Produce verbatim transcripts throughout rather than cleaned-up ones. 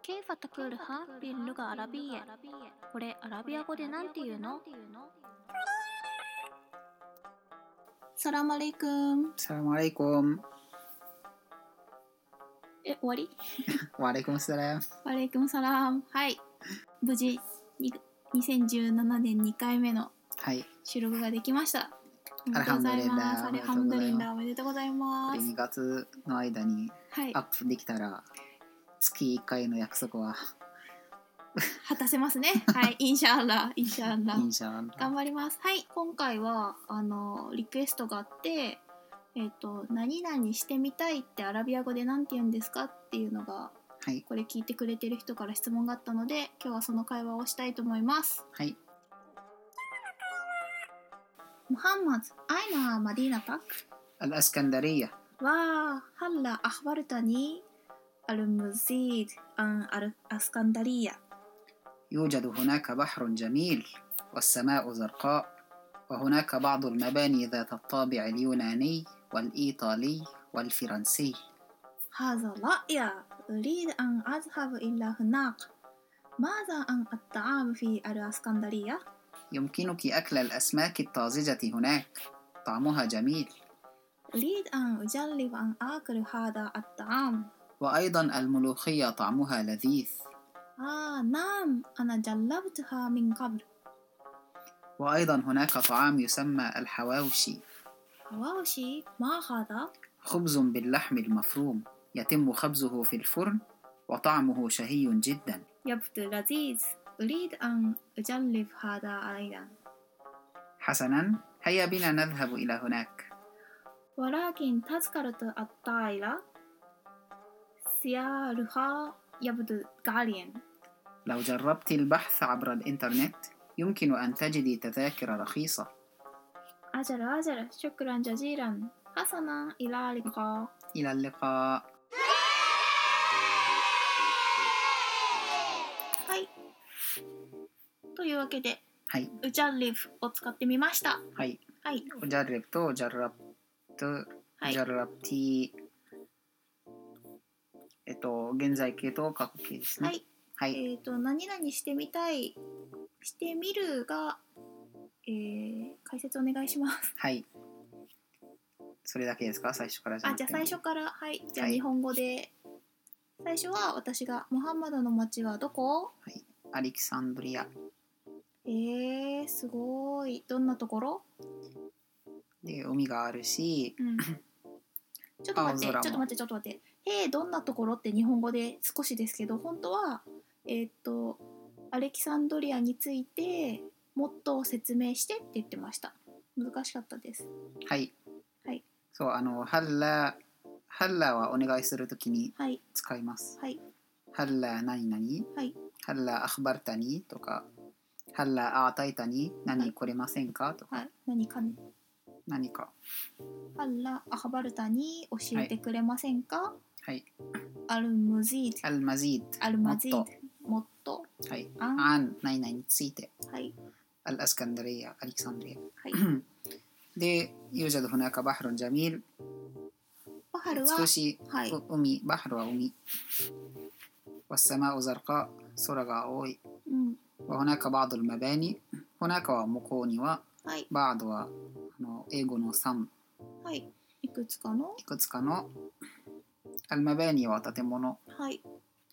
كيف تقولها باللغة العربية؟ これアラビア語でなんて言うの？サラムアレイクン。 サラムアレイコン。 え、終わり？ ワアレイコムサラム。 ワアレイクムサラム。はい。無事、にせんじゅうななねんにかいめの収録ができました。 アルハムドリンダー。 アルハムドリンダー。おめでとうございます。 これにがつの間にアップできたら、はい、月いっかいの約束は果たせますね。はい、インシャアラインシャアラインシャアラ頑張ります。はい、今回はあのリクエストがあって、えっと何々してみたいってアラビア語でなんて言うんですかっていうのが、はい、これ聞いてくれてる人から質問があったので、今日はその会話をしたいと思います。 はい。 محمد أين مدينتك؟ الإسكندرية. وهل أخبرتني المزيد عن الإسكندرية؟ يوجد هناك بحر جميل والسماء زرقاء وهناك بعض المباني ذات الطابع اليوناني والإيطالي والفرنسي. هذا رائع. أريد أن أذهب إلى هناك. ماذا عن الطعام في الإسكندرية؟ يمكنك أكل الأسماك الطازجة هناك. طعمها جميل. أريد أن أجرب أن آكل هذا الطعام. وأيضا الملوخية طعمها لذيذ. آه نعم، أنا جربتها من قبل. وأيضا هناك طعام يسمى الحواوشي. حواوشي؟ ما هذا؟ خبز باللحم المفروم يتم خبزه في الفرن وطعمه شهي جدا. يبدو لذيذ. أريد أن أجرب هذا أيضا. حسنا، هيا بنا نذهب إلى هناك. ولكن تذكرة الطائرة سعرها يبدو غاليا. لو جربت البحث عبر الإنترنت يمكن أن تجدي تذاكر رخيصة. أجل أجل شكرا جزيلا. حسنا إلى اللقاء. إلى اللقاء. はい。というわけで、 はい。 ウジャリフを使ってみました。 はい。 はい。 ウジャリフとウジャラプとウジャラプティ、えっと現在形と過去形ですね。 はい。はい、えっと何々してみたい、してみるが、えー、解説お願いします。 はい。それだけですか？最初からじゃなくても。 あ、じゃあ最初からはい。じゃあ日本語で、はい、最初は私がムハンマドの町はどこ？ はい。アレキサンドリア。 えー、すごい。どんなところ？ で海があるし、 うん、ちょっと待って、ちょっと待って、ちょっと待って。えー、どんなところって日本語で少しですけど、本当はえー、っとアレキサンドリアについてもっと説明してって言ってました。難しかったです。 はい。 はい。 そう、あのハッラハッラはお願いするときに使います。 はい。 ハッラ何々？はい。ハッラアフバルタニとか、ハッラアータイタニ何これませんかとか。 はい。何かね。 何か。 ハッラアフバルタニ教えてくれませんか？ はい。 アルムジード。 アルマジード。 アルマジード。もっと。 はい。アン、何々について。 はい。 アルアスカンダリア、アレキサンドリア。はい。で、يوجد هناك بحر جميل。 バハルは美しい海、バハルは海。والسماء زرقاء、空が青い。うん。وهناك بعض المباني。هناكは向こうには。はい。بعضはあの英語のさん。 はい。いくつかの。 いくつかの。المباني は建物。 はい。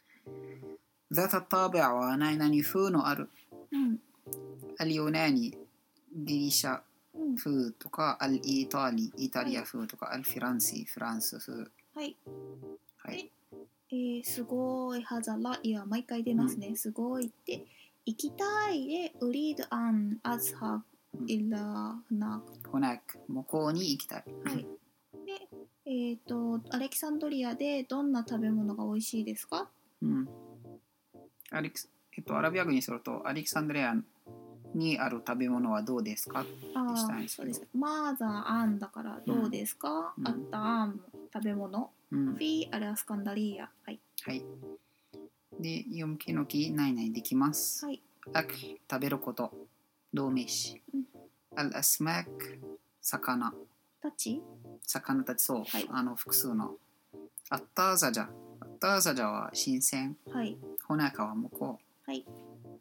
ذات الطابع は何々風のある。うん。اليوناني ギリシャ風とか、アルイタリイタリア風とか、アルフィランシフランス風。はい。 はい。えー、すごいハザラいや毎回出ますね。うん、すごいって行きたいでウリードアンアズハイラフナク。 ホナク向こうに行きたい。 はい。で、えっとアレキサンドリアでどんな食べ物が美味しいですか？ うん。アレキえっとアラビア語にするとアレキサンドリアにある食べ物はどうですかってしたいんですけど。そうです。 マーザーアンだからどうですか？うん、あったアン食べ物。うん、フィーアルアスカンダリア。はい。 はい。で、読む気の気ないないできます。はい。アク食べること。動名詞。うん、アルアスマク魚。 たち？ 魚たちそう。はい、あの複数の。アッターザジャ。アッターザジャは新鮮。はい。 هناك は向こう。はい。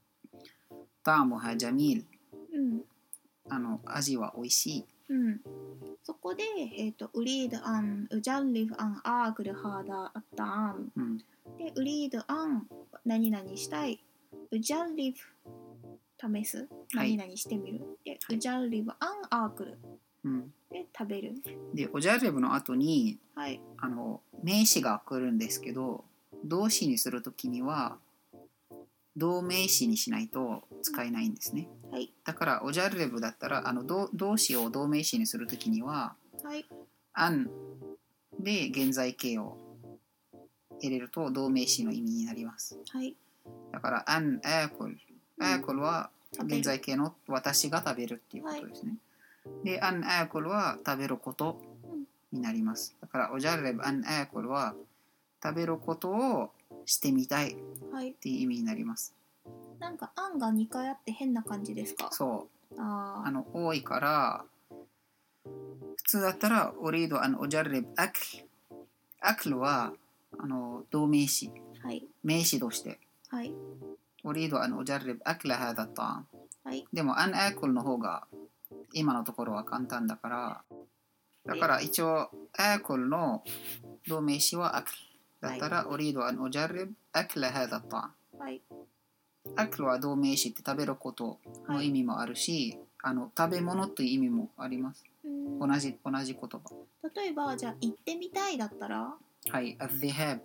طعمها جميل。 うん。 あの味は美味しい。 うん。そこで、えっと、ウリードアン、ウジャンリフアン、アーグルハーダアッタアン。 うん、 で、ウリードアン、何々したい。ウジャンリフ、試す。何々してみる。で、ウジャンリフアン、アーグル。 うん、 で、食べる。 で、オジャレブの後に、 はい。 あの名詞が来るんですけど、動詞にするときには動名詞にしないと使えないんですね。 はい。 だからオジャレブだったらあの 動, 動詞を動名詞にするときには、 はい。 アンで現在形を入れると動名詞の意味になります。 はい。 だからアンアーコル、アーコルは現在形の私が食べるっていうことですね。はい、で、アンアーコルは食べることになります。だからオジャレブアンアーコルは食べることをしてみたいっていう意味になります。 はい、なんかアンがにかいあって変な感じですか？ そう。 ああの多いから普通だったらオリードアンオジャレブアクル。アクルはあの動名詞、 はい、 名詞として。 はい。 أريد أن أجرب أكل هذا الطعام。 はい。 でも、アンアクルの方が今のところは簡単だから、だから一応、アクルの動名詞はアクル。だったら、أريد أن أجرب أكل هذا الطعام。 はい。 アクルは動名詞って食べることの意味もあるし、はい、あの食べ物という意味もあります。同じ、同じ言葉。 例えば、じゃあ、行ってみたいだったら、 はい、الذهاب。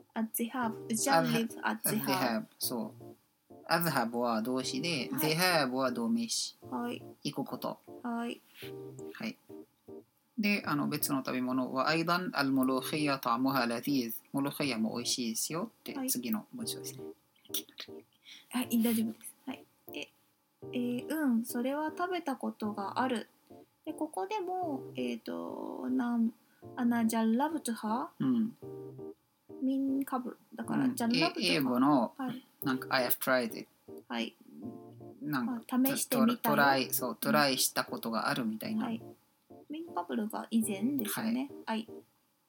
الذهاب。أجرب الذهاب。 そう。アズハブは動詞で、ゼハブは動名詞。 はい。 行くこと。 はい。 はい。で、あの別の食べ物は、アイダンアルモロヘイヤタモハラティーズ。モロヘイヤも美味しいですよって、はい、次の文章ですね。 はい、大丈夫です。はい。え、えー、うん、それは食べたことがある。で、ここでも、えっ、ー、と、なん、アナジャラブトハ、うん、ミンカブル。だから、うん、ジャラブトハ。 英語の、はい、なんか、I have tried it。 はい。 なんか、 試してみたい。 トライ、そう、トライしたことがあるみたいな。 はい。ミンカブルが以前ですよね。はい。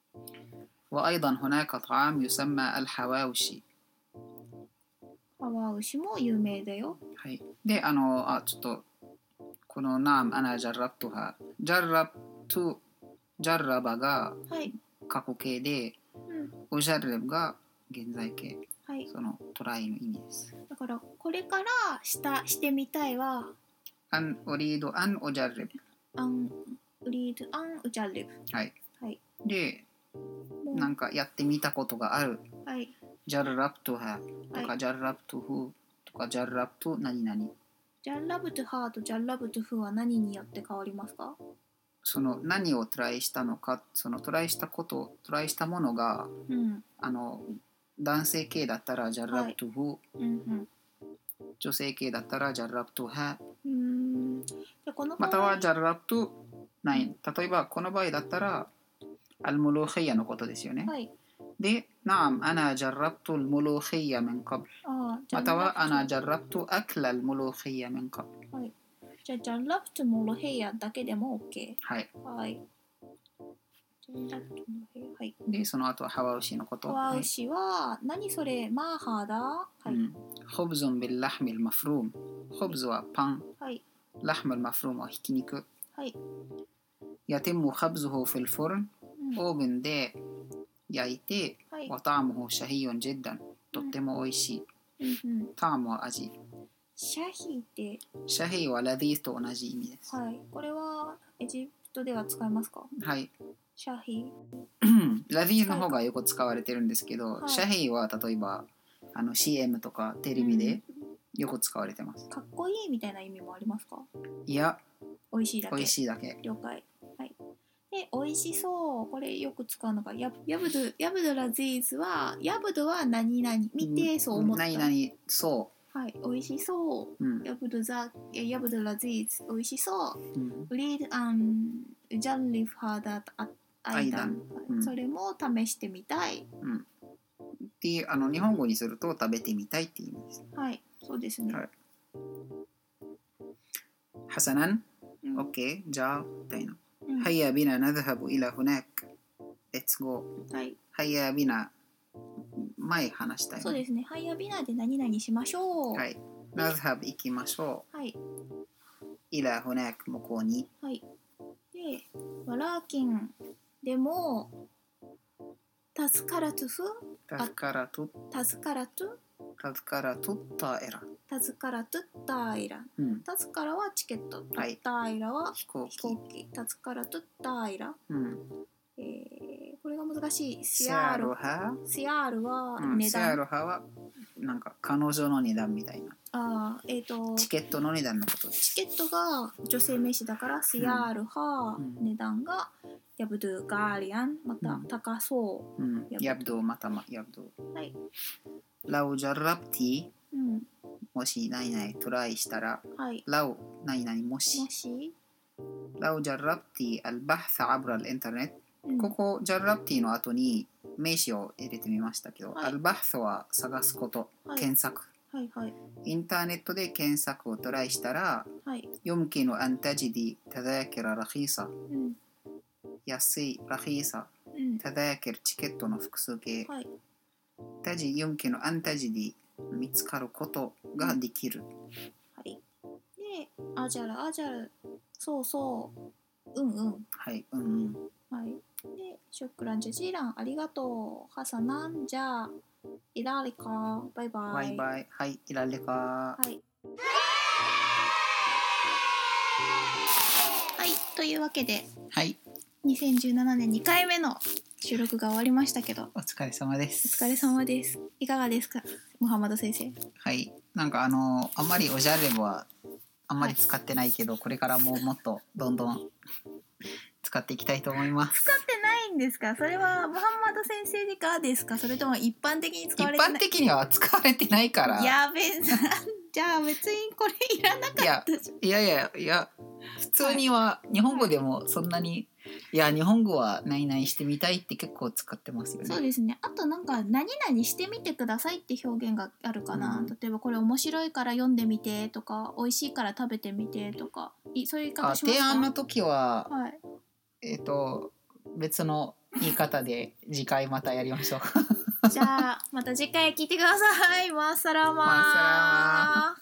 وأيضا هناك طعام يسمى الحواوشي。 ハワウシも有名だよ。 はい。で、あの、あ、ちょっと、このナーム、アナジャラブトハ。ジャラブト、ジャラバが過去形で、うん、ウジャレブが現在形。はい、そのトライの意味です。 だから、これからしたしてみたいは、 アン、オリード、アン、ウジャレブ。 アン、オリード、アン、ウジャレブ。 はい。はい、で、なんかやってみたことがある。はい。ジャラブトハとか、はい、ジャラブトフとか、ジャラブト何々。 ジャラブトハとジャラブトフは何によって変わりますか？ その何をトライしたのか、そのトライしたこと、トライしたものが、うん、あの男性系だったらジャラブトフ、はい、うんうん、女性系だったらジャラブトハ、うん、またはジャラブトナイン。例えばこの場合だったらアルモロヘイヤのことですよね。はい、で、نعم أنا جربت الملوخية من قبل。またはأنا جربت أكل الملوخية من قبل。はい、 じゃあ、ジャラブトモロヘイヤだけでも OK。 はい。 はい。 はい、で、その後はハワウシのこと。 ハワウシは、はい、何それマーハーだ、はい、うん、 ホブズンビルラハミルマフルーム。ホブズはパン。はい、ラハミルマフルームはひき肉。はい。ヤテムハブズホフィルフォルン。オーブンで焼いて、はい、ワタームホシャヒヨンジェッダン。とっても美味しい。うんうん、タームは味。 シャヒーって、 シャヒーはラディーと同じ意味です。 はい。これはエジプトでは使えますか？ はい。 シャヒーラディーの方がよく使われてるんですけど、はい、シャヒーは例えばあの シーエム とかテレビでよく使われてます、うん、 かっこいいみたいな意味もありますか？ いや、 美味しいだけ。 美味しいだけ。 了解。はい。で、美味しそう。これよく使うのがヤヤブドヤブドラジーズは、ヤブドは何々見てそう思った。 何々そう。 はい、美味しそう。うん、ヤブドザヤブドラジーズ美味しそう。ウリードアンジャンリフハダアアイダン、うん、それも試してみたい。 うん。っていうあの日本語にすると食べてみたいっていう意味です。 はい、そうですね。はい、 ハサナン、オッケー、じゃあみたいな。هيا بنا نذهب إلى هناك. Let's go. はい。هيا بنا 前話したよね。 そうですね。ハイヤビナで何々しましょう。 はい。ナズハブ行きましょう。はい。 イラホナク向こうに。 はい。で、ワラーキンでもタズカラトゥフ。 タズカラトゥ。 タズカラトゥ。 タズカラトゥタイラ。 タズカラトゥタイラ。うん、タズカラはチケット。はい、タイラは飛行機。飛行機。タズカラトゥタイラ。うんえー、これが難しい。 シアールはシアールは値段、 うん、シアールははなんか彼女の値段みたいな。 あえーと、 チケットの値段のことです。 チケットが女性名詞だからシアールは、うん、値段がヤブドゥガーリアンまた高そう、 うん、ヤブドゥまたヤブドゥ。はい。ラウジャラプティ、うん、もし何々トライしたら、はい、ラウ何々もし。もしラウジャラプティアルバハサアブラルインターネット。ここジャラプティの後に名詞を入れてみましたけど、はい、アルバハサは探すこと、はい、検索、はいはい、インターネットで検索をトライしたら、はい、يمكن أن تجدي تذاكر رخيصة、うん、安いラヒーサ、うん、تذاكرチケットの複数形、はい、تجي يمكن أن تجدي見つかることができる、うん、はい。で、アジャルアジャル、そうそううんうんはいうんうんはいで、シュクランジャジーランありがとうハサナンじゃあイラリカバイバイバイバイはいイラリカはいはいというわけではいにせんじゅうななねんにかいめの収録が終わりましたけどお疲れ様ですお疲れ様ですいかがですかムハマド先生はいなんかあのあんまりおじゃれはあんまり使ってないけど、はい、これからももっとどんどん使っていきたいと思います。使ってないんですか？それはムハンマド先生がですか？それとも一般的に使われてない？一般的には使われてないから。やべえじゃあ別にこれいらなかったじゃん。いやいやいや普通には日本語でもそんなに、はい、いや日本語は何々してみたいって結構使ってますよね。そうですね。あとなんか何々してみてくださいって表現があるかな、うん、例えばこれ面白いから読んでみてとか美味しいから食べてみてとかそういう言い方しますか？提案の時は、はい、えっと別の言い方で次回またやりましょうじゃあまた次回聞いてください。マッサラマー。マッサラマー。